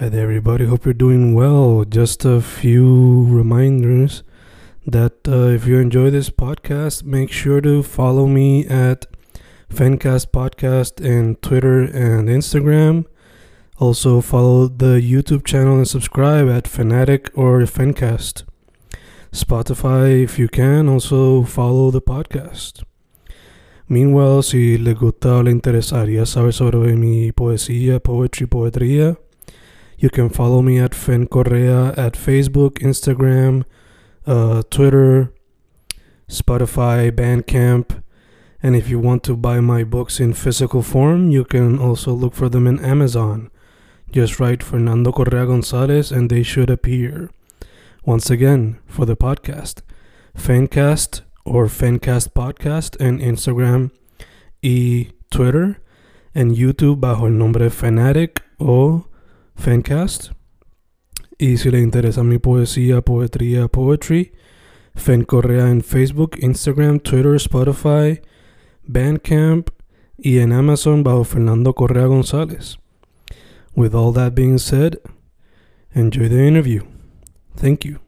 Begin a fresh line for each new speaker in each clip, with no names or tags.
Hi there, everybody. Hope you're doing well. Just a few reminders that if you enjoy this podcast, make sure to follow me at Fencast Podcast in Twitter and Instagram. Also, follow the YouTube channel and subscribe at Fanatic or Fencast. Spotify, if you can, also follow the podcast. Meanwhile, si les gusta o le interesaría saber sobre mi poesía, poetría, you can follow me at Fen Correa at Facebook, Instagram, Twitter, Spotify, Bandcamp. And if you want to buy my books in physical form, you can also look for them in Amazon. Just write Fernando Correa Gonzalez and they should appear. Once again, for the podcast, Fencast or Fencast Podcast en Instagram y Twitter, en YouTube bajo el nombre Fanatic o Fencast. Y si le interesa mi poesía, poetry, Fen Correa en Facebook, Instagram, Twitter, Spotify, Bandcamp y en Amazon bajo Fernando Correa González. With all that being said, enjoy the interview. Thank you.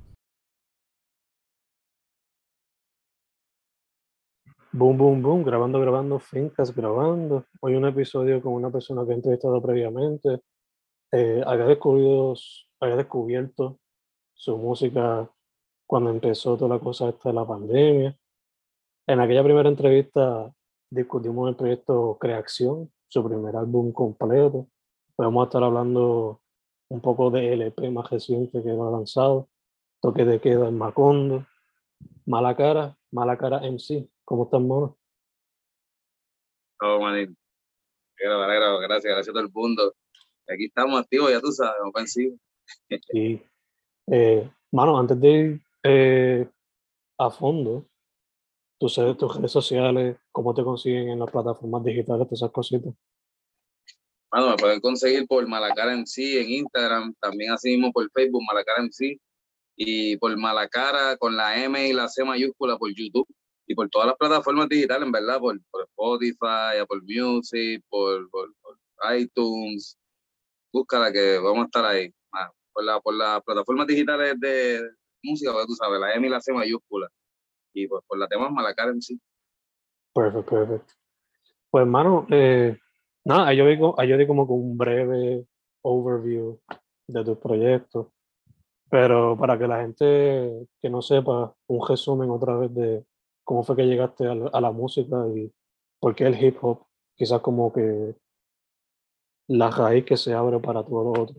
Boom, boom, boom, grabando, Fincas grabando. Hoy un episodio con una persona que he entrevistado previamente. Había descubierto su música cuando empezó toda la cosa esta de la pandemia. En aquella primera entrevista discutimos el proyecto Creación, su primer álbum completo. Vamos a estar hablando un poco de LP más reciente que ha lanzado, Toque de Queda en Macondo, Mala Cara MC. ¿Cómo estás, mano?
Oh, manito. Gracias a todo el mundo. Aquí estamos activos, ya tú sabes, ofensivos.
Sí. Mano, antes de ir a fondo, tus redes sociales, cómo te consiguen en las plataformas digitales, todas esas cositas.
Mano, me pueden conseguir por Malacara MC en Instagram, también así mismo por Facebook, Malacara MC, y por Malacara con la M y la C mayúscula por YouTube, y por todas las plataformas digitales, en verdad, por Spotify, Apple Music, por iTunes. Búscala que vamos a estar ahí. Por las plataformas digitales de música, pues, tú sabes, la M y la C mayúscula, y pues por la temas Malacara MC.
Perfecto. Pues, hermano, nada, yo di como con un breve overview de tus proyectos, pero para que la gente que no sepa, un resumen otra vez de cómo fue que llegaste a la música y por qué el hip hop, quizás como que la raíz que se abre para todo lo otro.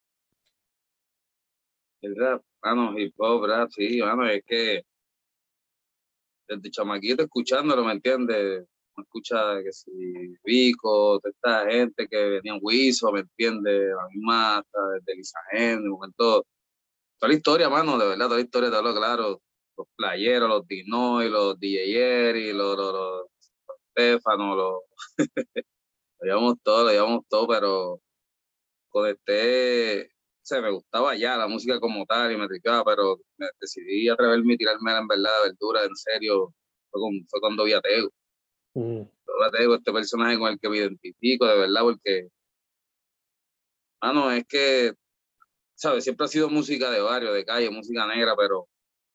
El rap, hip hop, rap, sí, es que desde chamaquito escuchándolo, ¿me entiendes? Me escucha que si Vico, toda esta gente que venía en Wiso, ¿me entiendes? La misma, hasta desde Lizagen, de momento, toda la historia, de verdad, toda la historia, te hablo claro, los playeros, los Dinoy, los DJ Eri, los Stefano, lo llevamos todo, pero conecté, o sea, me gustaba ya la música como tal y me tricaba, pero me decidí atreverme y tirarme en verdad de verdura, en serio, fue cuando vi a Tego. Ahora Tego, este personaje con el que me identifico, de verdad, porque, es que, ¿sabes? Siempre ha sido música de barrio, de calle, música negra, pero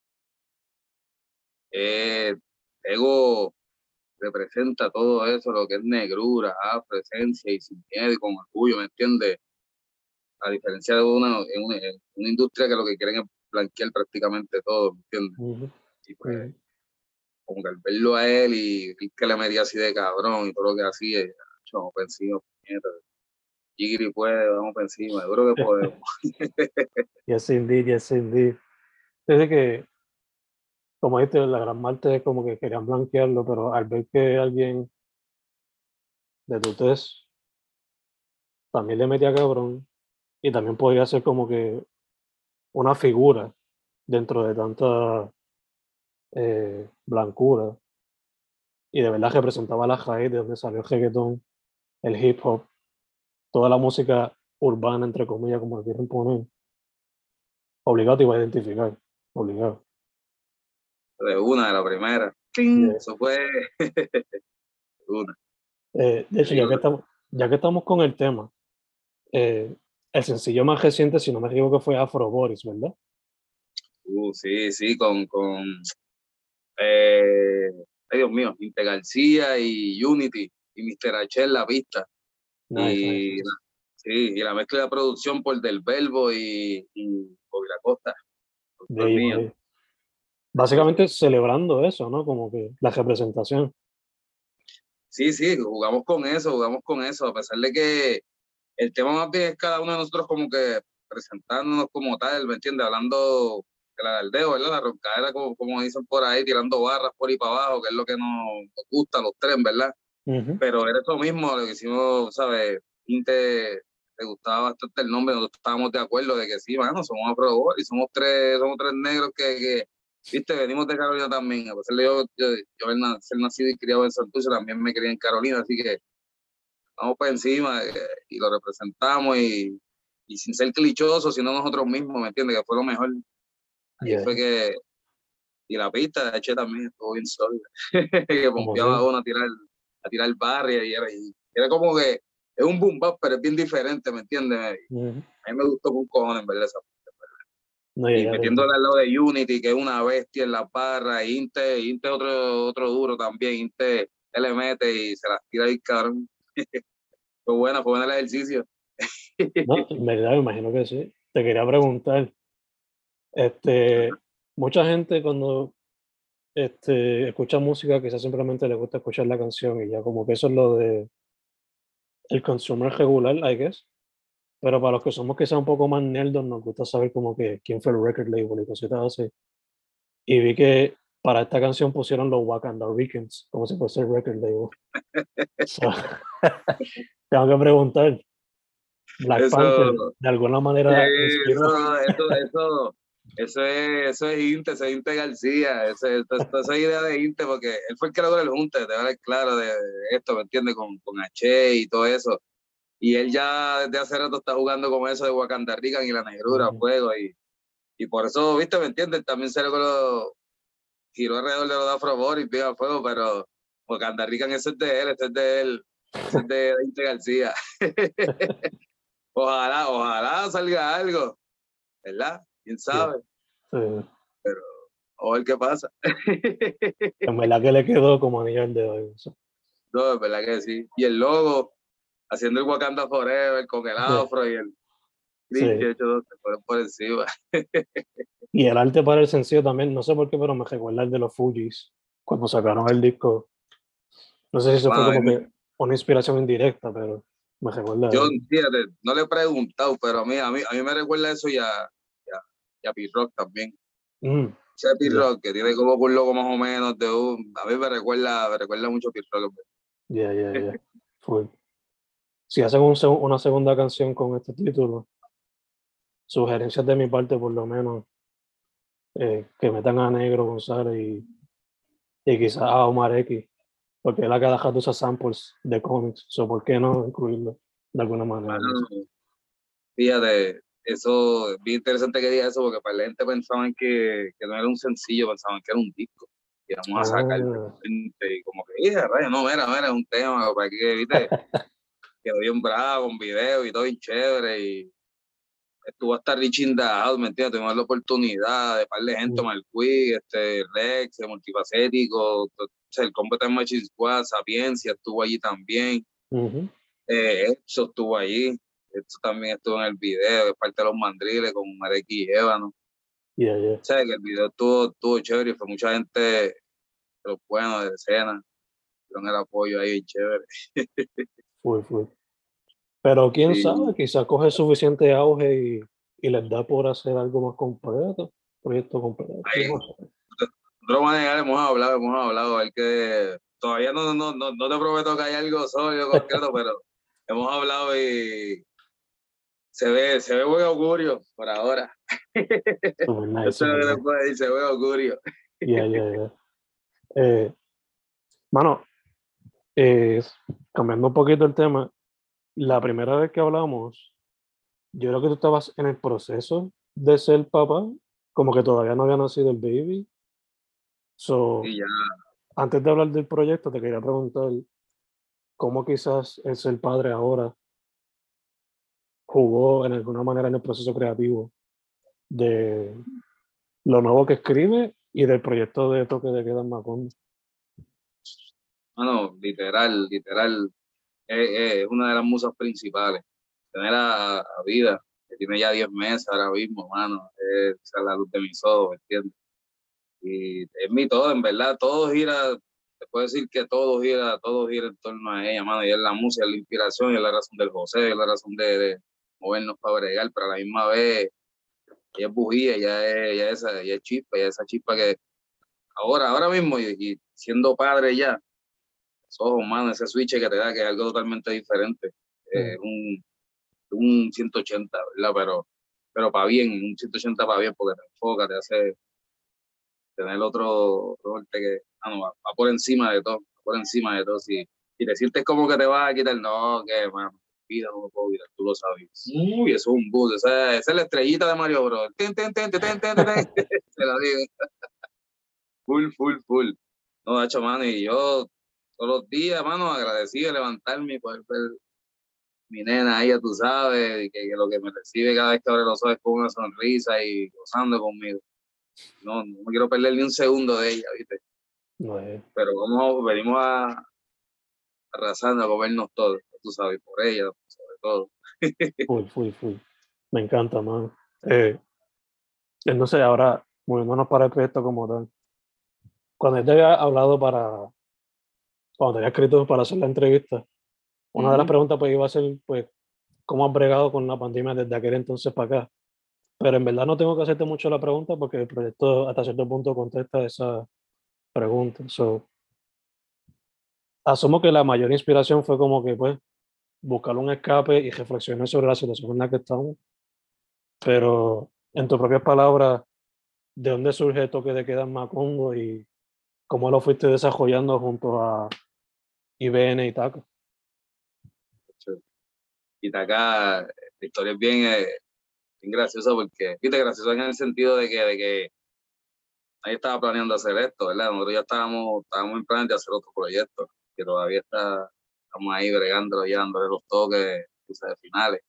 Tego representa todo eso, lo que es negrura, presencia y sin miedo y con orgullo, ¿me entiendes? A diferencia de en una industria que lo que quieren es blanquear prácticamente todo, ¿me entiendes? Y pues, como que al verlo a él y el que le metía así de cabrón y todo lo que hacía, vamos para encima, puñeta. Jigiri puede, vamos para encima, yo creo que podemos.
Yes, indeed. Desde que, como dijiste, la gran parte es como que querían blanquearlo, pero al ver que alguien de tu tez también le metía cabrón y también podía ser como que una figura dentro de tanta blancura y de verdad representaba la raíz de donde salió el reggaetón, el hip hop, toda la música urbana, entre comillas, como le quieren poner, obligado te iba a identificar, obligado.
De la primera.
Yeah.
Eso fue una.
De hecho, ya que estamos con el tema, el sencillo más reciente, si no me equivoco, fue Afro Boris, ¿verdad?
Sí, sí, eh, ay Dios mío, Inte García y Unity y Mr. H en la pista.
Nice, nice,
Y
nice.
sí, y la mezcla de producción por Del Verbo y Bobby La Costa,
De
productor
ellos,
mío.
básicamente celebrando eso, ¿no? Como que la representación.
Sí, sí, jugamos con eso, a pesar de que el tema más bien es cada uno de nosotros como que presentándonos como tal, ¿me entiendes? Hablando del aldeo, ¿verdad? La roncadera, como dicen por ahí, tirando barras por ahí para abajo, que es lo que nos gusta a los tres, ¿verdad?
Ujú.
Pero era eso mismo, lo que hicimos, ¿sabes? Inte te gustaba bastante el nombre, nosotros estábamos de acuerdo de que sí, mano, somos Afro y somos tres negros viste, venimos de Carolina también, a pesar de yo ser nacido y criado en Santurce, también me crié en Carolina, así que vamos para encima y lo representamos y sin ser clichosos, sino nosotros mismos, ¿me entiendes? Que fue lo mejor. Ahí
Yeah,
fue y la pista de H también estuvo bien sólida, que
como
pompeaba a
sí.
uno a tirar el barrio y era como que es un boom bap, pero es bien diferente, ¿me entiendes?
Ujú.
A mí me gustó un cojón, en verdad, esa.
No,
Y
ya te
metiéndole
entiendo.
al lado de Unity, que es una bestia en la barra, Inte otro duro también, Inte él le mete y se las tira ahí, cabrón. Fue buena el ejercicio.
No, en verdad, me imagino que sí. Te quería preguntar, este, mucha gente cuando escucha música, quizás simplemente le gusta escuchar la canción y ya como que eso es lo de el consumer regular, I guess. Pero para los que somos quizás un poco más nerdos, nos gusta saber como que quién fue el record label y cositas así. Y vi que para esta canción pusieron los Wakanda Weekends, como si fuese el record label. So, tengo que preguntar, Black Panther
Eso,
de alguna manera inspiró.
eso es Inte, eso es Inte García, esa idea de Inte, porque él fue el creador del Junte, te hablar claro de esto, ¿me entiendes? Con H y todo eso. Y él ya desde hace rato está jugando con eso de Wakanda Rican y la negrura,
Ujú.
fuego, y por eso, ¿viste? ¿Me entiendes? También se lo giró alrededor de los de Afro Boris, Viva Fuego, pero Wakanda Rican ese es de él, ese es de él, ese es de Inte García. Ojalá salga algo, ¿verdad? ¿Quién
Yeah.
sabe?
Sí.
O ver qué pasa.
En verdad que le quedó como anillo al dedo. Eso.
No, es verdad que sí. Y el logo, haciendo el Wakanda Forever con el
Yeah.
afro y el Cringe,
Sí.
hecho dos, se fueron por encima.
Y el arte para el sencillo también, no sé por qué, pero me recuerda el de los Fujis, cuando sacaron el disco. No sé si eso fue
Bueno,
como que una inspiración indirecta, pero me recuerda a
yo,
eso.
fíjate, no le he preguntado, pero a mí me recuerda eso y a P-Rock también.
Mm,
Ese
ya,
P-Rock, que tiene como un logo más o menos a mí me recuerda mucho a P-Rock.
ya, ya, ya. Full. Si hacen una segunda canción con este título, sugerencias de mi parte, por lo menos, que metan a Negro González y quizás a Omar X, porque él a cada rato usa samples de cómics, so ¿por qué no incluirlo de alguna manera en eso?
Mano, fíjate, eso es bien interesante que diga eso, porque para la gente pensaban que no era un sencillo, pensaban que era un disco que íbamos a sacar de
Ah,
repente, y como que, rayos, no, mira, es un tema, para que, viste, quedó bien bravo, un video y todo bien chévere, y estuvo hasta Richie in the House, ¿me entiendes? Tuvimos la oportunidad de par de gente,
mm,
Marquis, Rex, el Multifacético, o sea, el Combat Machine Squad, Sapiencia estuvo allí también,
ujú,
Exo estuvo allí, esto también estuvo en el video, es parte de los mandriles con Marek y Ébano. O
ya, ya,
sea, que el video estuvo chévere y fue mucha gente de los buenos de escena, con el apoyo ahí bien chévere.
full, full. Pero quién sabe,
Sí,
quizás coge suficiente auge y les da por hacer algo más completo, proyecto completo,
ahí,
no sé.
nosotros manejar hemos hablado, a ver que todavía no te prometo que hay algo sólido, concreto, pero hemos hablado y se ve buen augurio por ahora.
Super nice,
Esto
super
es lo que
nice.
puedo decir, se ve augurio.
Ya, ya, ya. Eh, mano, eh, cambiando un poquito el tema, la primera vez que hablamos, yo creo que tú estabas en el proceso de ser papá, como que todavía no había nacido el baby. So,
Y ya,
antes de hablar del proyecto, te quería preguntar cómo quizás el ser padre ahora
jugó en alguna manera en el proceso creativo de lo nuevo que escribe y del proyecto de Toque de Queda en Macondo?
Mano, literal, literal, es una de las musas principales. Tener a Vida, que tiene ya 10 meses ahora mismo, mano, es la luz de mis ojos, ¿entiendes? Y es mi todo, en verdad, todo gira, te puedo decir que todo gira en torno a ella, mano, y es la música, es la inspiración, y es la razón del José, es la razón de movernos para bregar, pero a la misma vez, ella es bujía, ella es chispa, ella es esa chispa que ahora mismo, y siendo padre ya, ojo, mano, ese switch que te da, que es algo totalmente diferente, es un 180, ¿verdad? Pero para bien, un 180 para bien, porque te enfoca, te hace tener otro golpe que, va por encima de todo, va por encima de todo. Si te sientes como que te vas a quitar, no, que, mano, vida, no me puedo olvidar, tú lo sabes. Uy, eso es un bus, esa es la estrellita de Mario Bros. Se la digo, full, full, full. No, Nacho, mano, y yo todos los días, mano, agradecido de levantarme y poder ver mi nena, ella, tú sabes, que lo que me recibe cada vez que abre los ojos es con una sonrisa y gozando conmigo. No me quiero perder ni un segundo de ella, ¿viste?
No,
Pero venimos arrasando a comernos todos, tú sabes, por ella, sobre todo.
full. Me encanta, man. Entonces, ahora, moviéndonos para el proyecto como tal. Cuando yo te había hablado cuando te había escrito para hacer la entrevista, una de las preguntas pues iba a ser, pues, ¿cómo has bregado con la pandemia desde aquel entonces para acá? Pero en verdad no tengo que hacerte mucho la pregunta porque el proyecto hasta cierto punto contesta esa pregunta. So, asumo que la mayor inspiración fue como que, pues, buscar un escape y reflexionar sobre la situación en la que estamos. Pero, en tus propias palabras, ¿de dónde surge el toque de queda en Macondo y cómo lo fuiste desarrollando junto a IBN y TACO?
Y acá, la historia es bien graciosa porque, viste, graciosa en el sentido de que nadie estaba planeando hacer esto, ¿verdad? Nosotros ya estábamos en plan de hacer otro proyecto, que todavía estamos ahí bregando, ya dándole los toques, tú sabes, finales.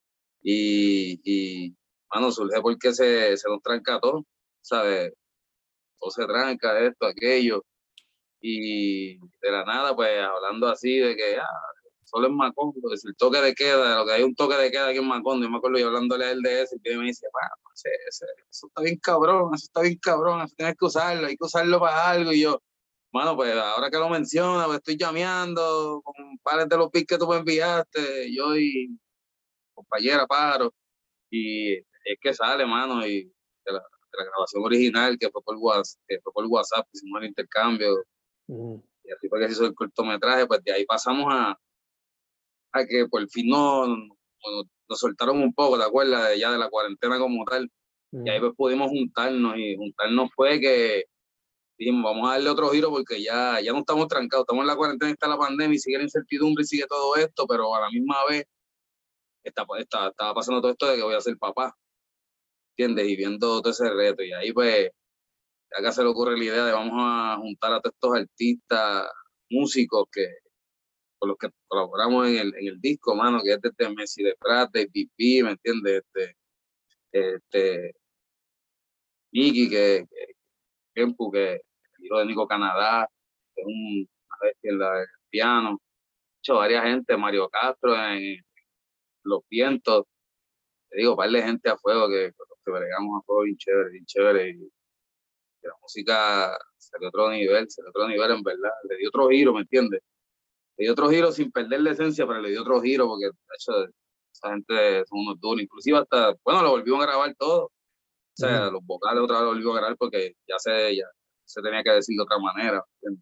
Mano, surge porque se nos tranca todo, ¿sabes? Todo se tranca, esto, aquello. Y de la nada, pues hablando así de que solo en Macondo, es el toque de queda, lo que hay un toque de queda aquí en Macondo, yo me acuerdo yo hablándole a él de eso, y él me dice, eso está bien cabrón, eso tienes que usarlo, hay que usarlo para algo, y yo, mano, pues ahora que lo menciona, pues estoy llameando con pares de los pics que tú me enviaste, yo y compañera Paro, y es que sale, mano, y de la grabación original que fue por WhatsApp, hicimos el intercambio, y así fue que se hizo el cortometraje, pues de ahí pasamos a que por fin nos soltaron un poco, ¿te acuerdas? Ya de la cuarentena como tal, y ahí pues pudimos juntarnos, y juntarnos fue que dijimos, vamos a darle otro giro porque ya no estamos trancados, estamos en la cuarentena, está la pandemia y sigue la incertidumbre y sigue todo esto, pero a la misma vez estaba pasando todo esto de que voy a ser papá, ¿entiendes? Y viendo todo ese reto, y ahí pues acá se le ocurre la idea de vamos a juntar a todos estos artistas, músicos con los que colaboramos en el disco, mano, que es desde Messi de Prat, de PP, ¿me entiendes? Este, Nicky, Kempu, que es el hijo de Nico Canadá, que es una bestia del piano, hecho varias gente, Mario Castro en Los Vientos, te digo, par de gente a fuego con los que bregamos a fuego bien chévere, y la música se dio otro nivel en verdad, le dio otro giro, ¿me entiendes? Le dio otro giro sin perder la esencia, pero le dio otro giro porque, de hecho, esa gente son unos duros. Inclusive hasta, bueno, lo volvimos a grabar todo. O sea, los vocales otra vez lo volvimos a grabar porque ya se tenía que decir de otra manera. ¿Entiendes?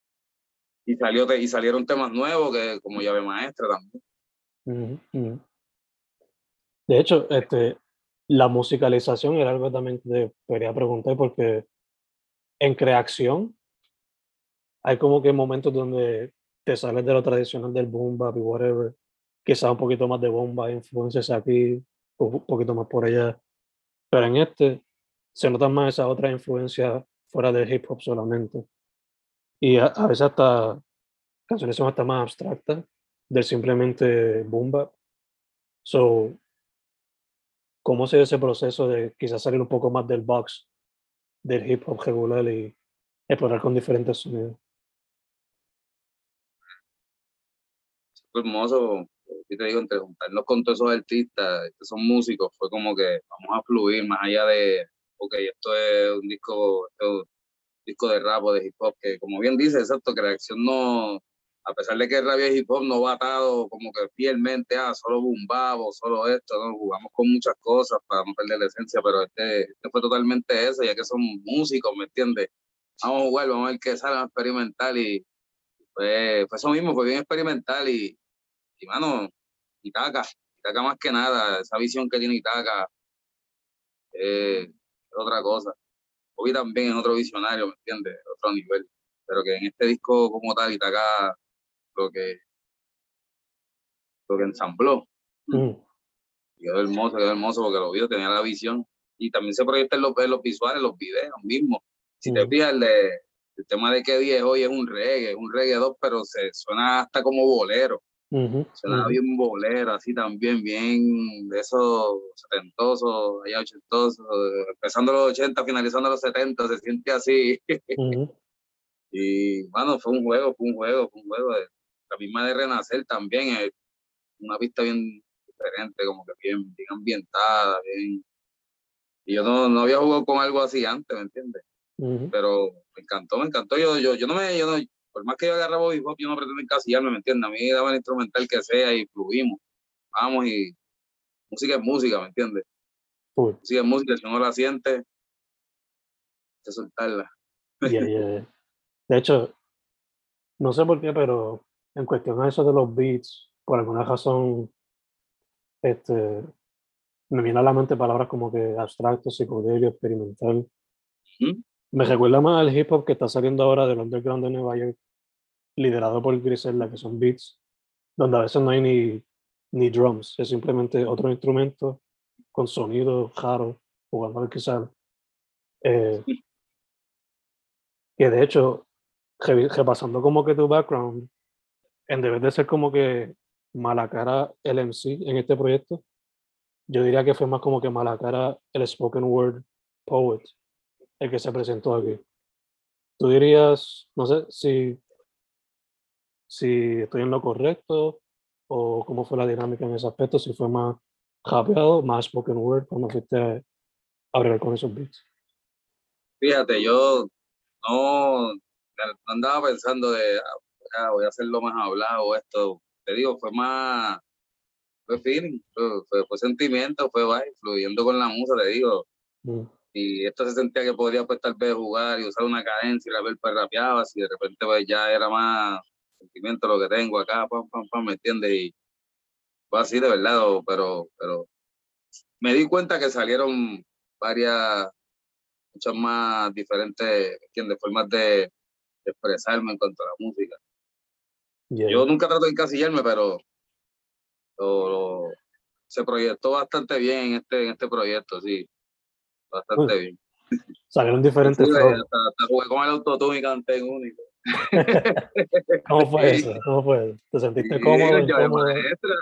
Y salieron temas nuevos que como llave maestra también.
De hecho, la musicalización era algo que también te quería preguntar porque en creación hay como que momentos donde te sales de lo tradicional del boom bap y whatever, quizás un poquito más de bomba, influencias aquí, un poquito más por allá, pero en se notan más esas otras influencias fuera del hip hop solamente. Y a veces hasta canciones son hasta más abstractas del simplemente boom bap. So, ¿cómo se dio ese proceso de quizás salir un poco más del box del hip hop regular y explorar con diferentes sonidos?
Fue hermoso, y te digo, entre juntarnos con todos esos artistas que son músicos, fue como que vamos a fluir más allá de, ok, esto es un disco, esto es un disco de rap o de hip hop, que como bien dice, exacto, que la acción no, a pesar de que el rap y el hip hop no va atado como que fielmente a solo boom bap o solo esto, ¿no? Jugamos con muchas cosas para no perder la esencia, pero este fue totalmente eso, ya que son músicos, ¿me entiendes? Vamos a jugar, vamos a ver qué sale, vamos a experimentar y fue eso mismo, fue bien experimental y mano, Itaca más que nada, esa visión que tiene Itaca es otra cosa. Hoy también es otro visionario, ¿me entiendes? Otro nivel. Pero que en este disco como tal, Itaca lo que, lo que ensambló,
Mm,
quedó hermoso porque lo vio, tenía la visión. Y también se proyecta en los visuales, los videos mismos. Si te
mm,
fijas, el tema de que 10 hoy es un reggae 2, pero se suena hasta como bolero.
ujú,
Sonaba
ujú,
bien bolero, así también, bien de esos setentosos, allá ochentosos, empezando los 80, finalizando los 70, se siente así.
ujú.
Y, bueno, fue un juego. La misma de Renacer también, es una pista bien diferente, como que bien ambientada, bien. Y yo no había jugado con algo así antes, ¿me entiendes?
Ujú.
Pero me encantó. Yo no, por más que yo agarraba hip hop, yo no pretendo encasillarme, ¿me entiendes? A mí daba el instrumental que sea y fluimos. Vamos y música es música, ¿me entiendes?
Cool.
Música es música, si uno la siente, hay que soltarla.
Yeah, yeah, yeah. De hecho, no sé por qué, pero en cuestión a eso de los beats, por alguna razón, este, me viene a la mente palabras como que abstracto, psicodélico, experimental.
¿Mm?
Me recuerda más al hip hop que está saliendo ahora del underground de Nueva York, liderado por Griselda, que son beats, donde a veces no hay ni drums, es simplemente otro instrumento con sonido raro, jugando al que sale. Eh, que de hecho, repasando como que tu background, en vez de ser como que Malacara el MC en este proyecto, yo diría que fue más como que Malacara el spoken word poet, el que se presentó aquí. Tú dirías, no sé si estoy en lo correcto o cómo fue la dinámica en ese aspecto, si fue más rapeado, más spoken word cuando fuiste a bregar con esos beats.
Fíjate, yo no andaba pensando de, voy a hacerlo más hablado, esto. Te digo, fue feeling, fue sentimiento, fue vibe, fluyendo con la musa, te digo.
Mm,
Y esto se sentía que podría pues tal vez jugar y usar una cadencia y la pues rapeaba, si de repente pues ya era más sentimiento lo que tengo acá, ¿me entiendes? Y fue así de verdad, pero me di cuenta que salieron varias, muchas más diferentes, ¿me entiendes? Formas de expresarme en cuanto a la música.
yeah.
Yo nunca trato de encasillarme, pero lo- se proyectó bastante bien en este proyecto, sí,
Uy,
bastante bien.
salieron
Sí,
diferentes flows.
hasta jugué con el autotune y canté en único.
¿Cómo fue
Sí,
eso? ¿Cómo fue eso? ¿Te
sí,
sentiste cómodo,
con llave
incómodo?
maestra.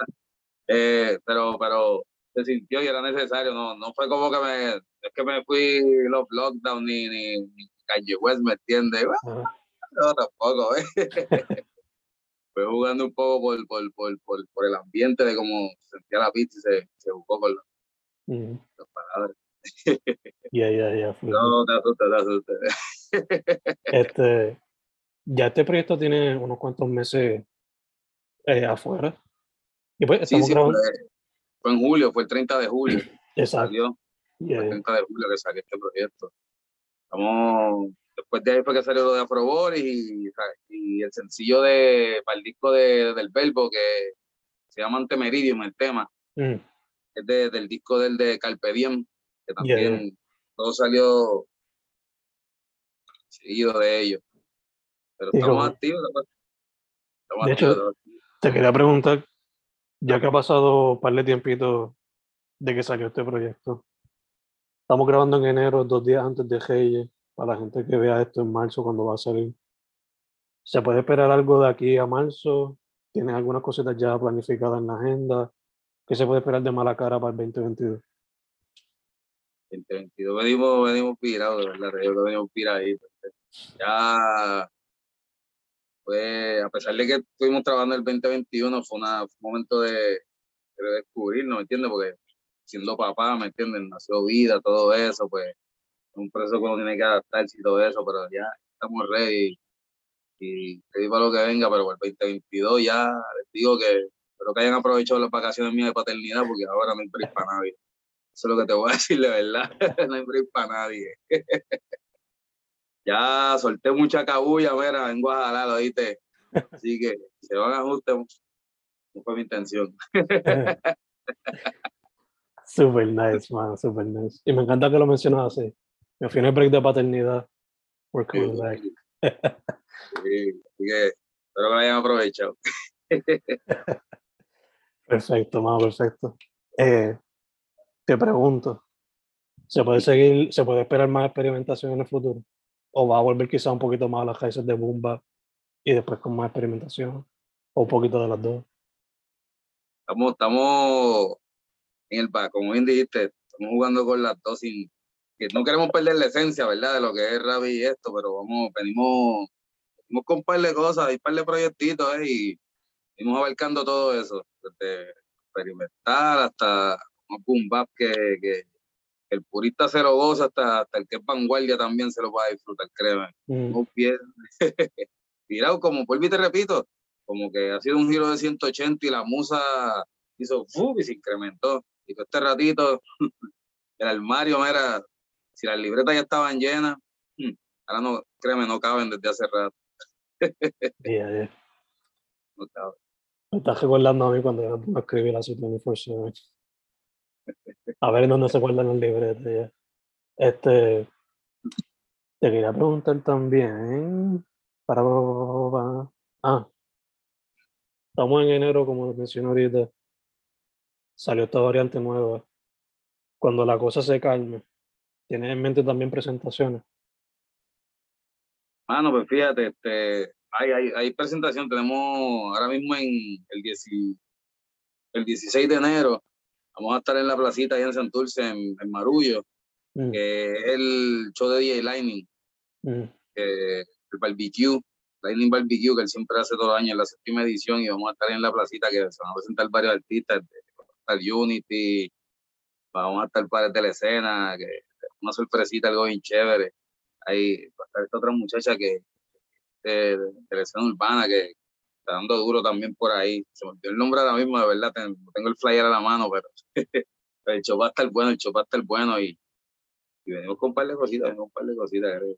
Pero se sintió y era necesario, no fue como que es que me fui los lockdown ni Kanye West, ¿me entiendes? Bueno,
Ajá.
no, tampoco, ¿eh? Fue jugando un poco por el ambiente de cómo se sentía la pista y se jugó con
Mm,
las palabras.
yeah, yeah, yeah, full, full.
No, te asustes.
Este, ya este proyecto tiene unos cuantos meses afuera. Y pues
Sí,
estamos
sí,
grabando.
fue en julio, fue el 30 de julio que
Exacto.
salió,
Yeah,
fue el
yeah.
30 de julio que salió este proyecto. Después de ahí fue que salió lo de Afrobolis y el sencillo para el disco del Verbo que se llama Antemeridium, el tema,
Mm,
es del disco del de Carpe Diem, que
yeah, yeah.
también todo salió seguido de ellos. Pero
Y
estamos
como,
activos, estamos
de hecho,
activos, estamos activos.
te quería preguntar, ya que ha pasado un par de tiempito de que salió este proyecto, estamos grabando en enero, 2 días antes de Reyes, para la gente que vea esto en marzo cuando va a salir. ¿Se puede esperar algo de aquí a marzo? ¿Tienes algunas cositas ya planificadas en la agenda? ¿Qué se puede esperar de Malacara para el 2022?
2022 venimos pirados, de verdad, yo creo que venimos piraditos. Ya, pues, a pesar de que estuvimos trabajando el 2021, fue un momento de descubrirnos, ¿me entiendes? Porque siendo papá, ¿me entiendes? Nació vida, todo eso, pues, es un proceso que uno tiene que adaptarse y todo eso, pero ya estamos ready y ready para lo que venga, pero para el 2022 ya les digo que espero que hayan aprovechado las vacaciones mías de paternidad, porque ahora no hay break para nadie. Eso es lo que te voy a decir de verdad, no hay break para nadie. Ya solté mucha cabulla, mira, vengo a jalar, ¿oíste? Así que se van a ajustar, no fue mi intención.
Super nice, man, super nice. Y me encanta que lo mencionas así. Me fui en el break de paternidad. We're coming back.
Sí, así que espero que lo hayan aprovechado.
Perfecto, man, perfecto. Te pregunto, ¿se puede esperar más experimentación en el futuro? ¿O va a volver quizá un poquito más a las raíces de Boomba y después con más experimentación? ¿O un poquito de las dos?
Estamos en el back, como bien dijiste, estamos jugando con las dos sin que no queremos perder la esencia, ¿verdad? De lo que es rap y esto, pero venimos con un par de cosas, hay un par de proyectitos, y venimos abarcando todo eso, desde experimental hasta un boom bap que el purista se lo goza, hasta el que es vanguardia también se lo va a disfrutar, créeme.
Mm,
Un pie tirado, como vuelvo y te repito, como que ha sido un giro de 180 y la musa hizo ¡fu! Y se incrementó. Y todo este ratito, el armario, mira, si las libretas ya estaban llenas, ahora no, créeme, no caben desde hace rato.
yeah, yeah.
No caben.
Me estás recordando a mí cuando yo me pongo a escribir así 24/7. A ver en dónde se guardan las libretas ya. Te quería preguntar también, ah, estamos en enero, como lo mencioné ahorita, salió esta variante nueva. Cuando la cosa se calme, ¿tienes en mente también presentaciones?
Mano, pues fíjate, hay presentación, tenemos ahora mismo en el 16 de enero, vamos a estar en la placita ahí en Santurce, en Marullo,
Mm,
que es el show de DJ Lightning,
mm,
el barbecue, Lightning Barbecue, que él siempre hace todos los años en la séptima edición, y vamos a estar en la placita que se van a presentar varios artistas, va a estar Unity, vamos a estar pares de la escena, que una sorpresita, algo bien chévere. Ahí va a estar esta otra muchacha que de la escena urbana que está dando duro también por ahí. Se me olvidó el nombre ahora mismo, de verdad, tengo el flyer a la mano, pero el show va a estar bueno, el show va a estar bueno y venimos con un par de cositas, venimos con un par de cositas, creo.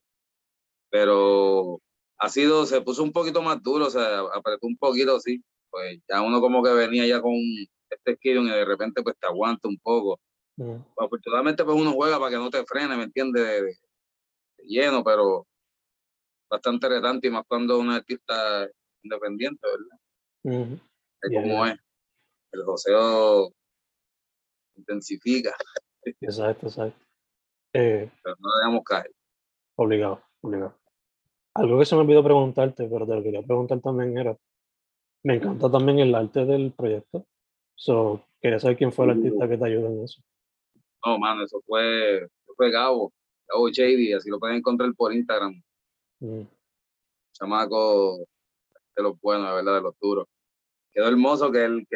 Pero se puso un poquito más duro, o sea, apretó un poquito, sí. Pues ya uno como que venía ya con este skill y de repente pues te aguanta un poco.
mm.
Afortunadamente pues uno juega para que no te frene, ¿me entiendes? De lleno, pero bastante retante y más cuando uno es artista independiente, ¿verdad?
Mm,
Es
yeah,
como
yeah.
es, el joseo intensifica,
Exacto, exacto. Eh,
pero no debemos caer.
Obligado, obligado. Algo que se me olvidó preguntarte, pero te lo quería preguntar también era, me encanta también el arte del proyecto. So, quería saber quién fue el artista que te ayudó en eso.
No, mano, eso fue Gabo Shady, así lo pueden encontrar por Instagram,
Mm,
chamaco de los buenos, de verdad, de los duros. Quedó hermoso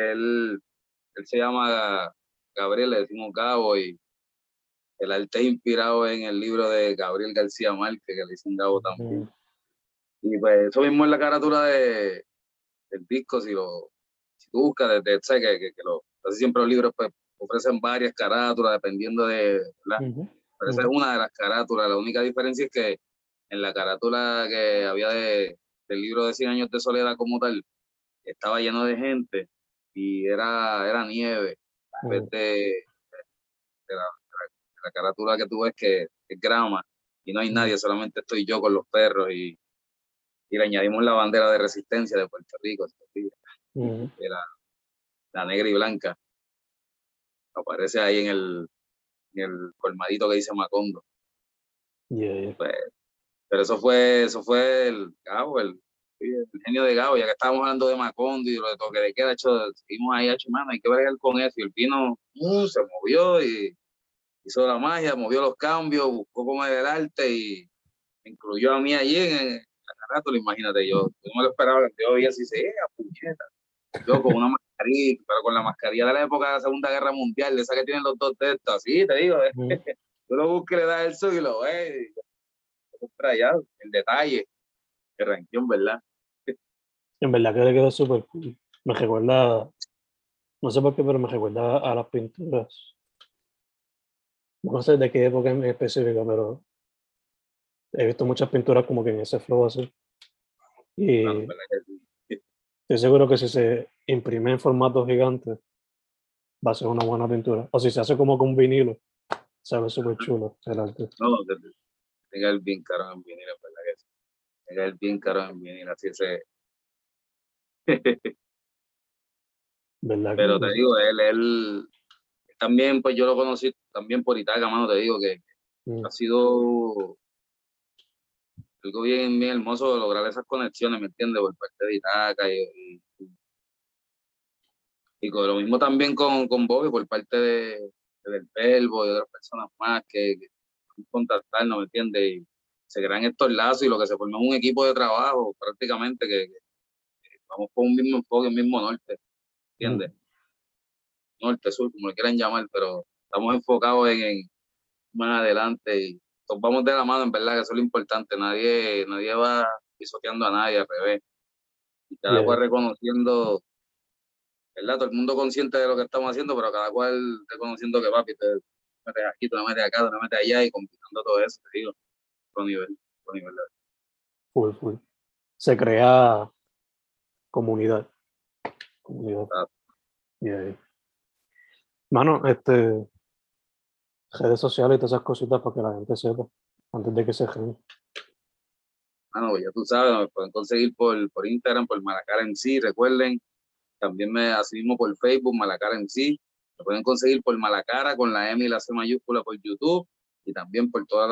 él se llama Gabriel, le decimos Gabo, y el arte es inspirado en el libro de Gabriel García Márquez, que le dicen Gabo
mm,
también. Y pues eso mismo es la carátula del disco, si tú buscas, sé casi siempre los libros pues, ofrecen varias carátulas dependiendo ¿verdad?
ujú,
Pero esa es
ujú,
una de las carátulas. La única diferencia es que en la carátula que había del libro de 100 años de soledad como tal, estaba lleno de gente y era nieve, en vez
mm,
de la carátula que tú ves que es grama y no hay
mm,
nadie, solamente estoy yo con los perros y le añadimos la bandera de resistencia de Puerto Rico, ¿sí?
ujú.
Que la negra y blanca, aparece ahí en el colmadito que dice Macondo.
Yeah, yeah.
Pues, pero eso fue el Gabo, sí, el genio de Gabo, ya que estábamos hablando de Macondo y lo de toque de queda, hecho, seguimos ahí, hecho, mano, hay que bregar con eso, y el pino se movió y hizo la magia, movió los cambios, buscó comer el arte y me incluyó a mí allí en la carátula, imagínate, yo no me lo esperaba, yo veía así, puñeta, yo con una mascarilla, pero con la mascarilla de la época de la Segunda Guerra Mundial, de esa que tienen los dos textos, así te digo, tú lo buscas, le das el zoom y lo ves, allá, el detalle, que ranquión, ¿verdad?
En verdad que le quedó súper cool. Me recuerda, no sé por qué, pero me recuerda a las pinturas. No sé de qué época en específica, pero he visto muchas pinturas como que en ese flow así. Y
Claro, ¿verdad que sí?
estoy seguro que si se imprime en formato gigante, va a ser una buena pintura. O si se hace como con vinilo, se ve súper chulo el arte.
No, tenga el bien caro en vinil, ¿verdad que sí? Tenga el bien caro en vinil, así se...
¿Verdad
Pero te
que
digo, él también, pues yo lo conocí también por Itaca, mano, te digo que
mm,
ha sido algo bien, bien hermoso lograr esas conexiones, ¿me entiendes? Por parte de Itaca y con lo mismo también con Bobby por parte del Pelvo y otras personas más que contactarnos, ¿me entiendes? Y se crean estos lazos y lo que se forma es un equipo de trabajo prácticamente que vamos con un mismo enfoque, un mismo norte,
mm,
¿entiendes? Norte, sur, como le quieran llamar, pero estamos enfocados en más adelante y nos vamos de la mano, en verdad, que eso es lo importante. Nadie va pisoteando a nadie, al revés. Y cada
yeah,
cual reconociendo, ¿verdad? Todo el mundo consciente de lo que estamos haciendo, pero cada cual reconociendo que papi, te metes aquí, te metes acá, te metes allá y complicando todo eso, te digo, con nivel.
full, full. Se crea comunidad. Comunidad.
Ah,
Yeah. Mano, redes sociales y todas esas cositas para que la gente sepa antes de que se genere.
mano, pues ya tú sabes, me pueden conseguir por Instagram, por Malacara en sí, recuerden. También así mismo por Facebook, Malacara en sí. Me pueden conseguir por Malacara con la M y la C mayúscula por YouTube y también por todas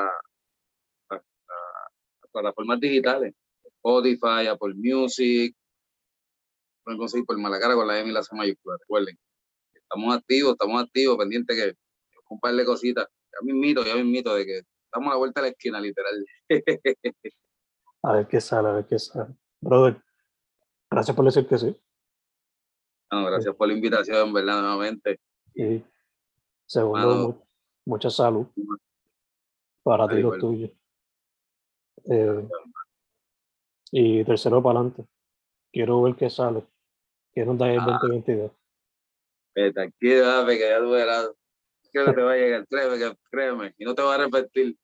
las plataformas digitales. Spotify, Apple Music. Pueden conseguir por Malacara con la M y la C mayúscula. Recuerden, estamos activos, pendientes que un par de cositas. Ya me invito de que estamos a la vuelta de la esquina, literal.
A ver qué sale, a ver qué sale. Brother, gracias por decir que sí.
Bueno,
Eh,
gracias por la invitación, ¿verdad? Nuevamente.
Y segundo,
Mano,
mucha salud para ti
al
y los
igual.
tuyos. Eh, y tercero, para adelante. Quiero ver qué sale. ¿Qué nos da el
Ah,
2022?
tranquilo, papi, que ya tú verás. Creo que te va a llegar, créeme, y no te va a arrepentir.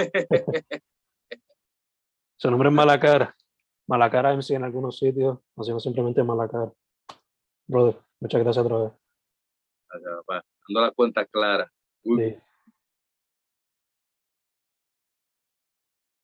Su nombre es Malacara. Malacara MC en algunos sitios, o si no simplemente Malacara. Brother, muchas gracias otra vez.
O sea, dando las cuentas claras.
Sí.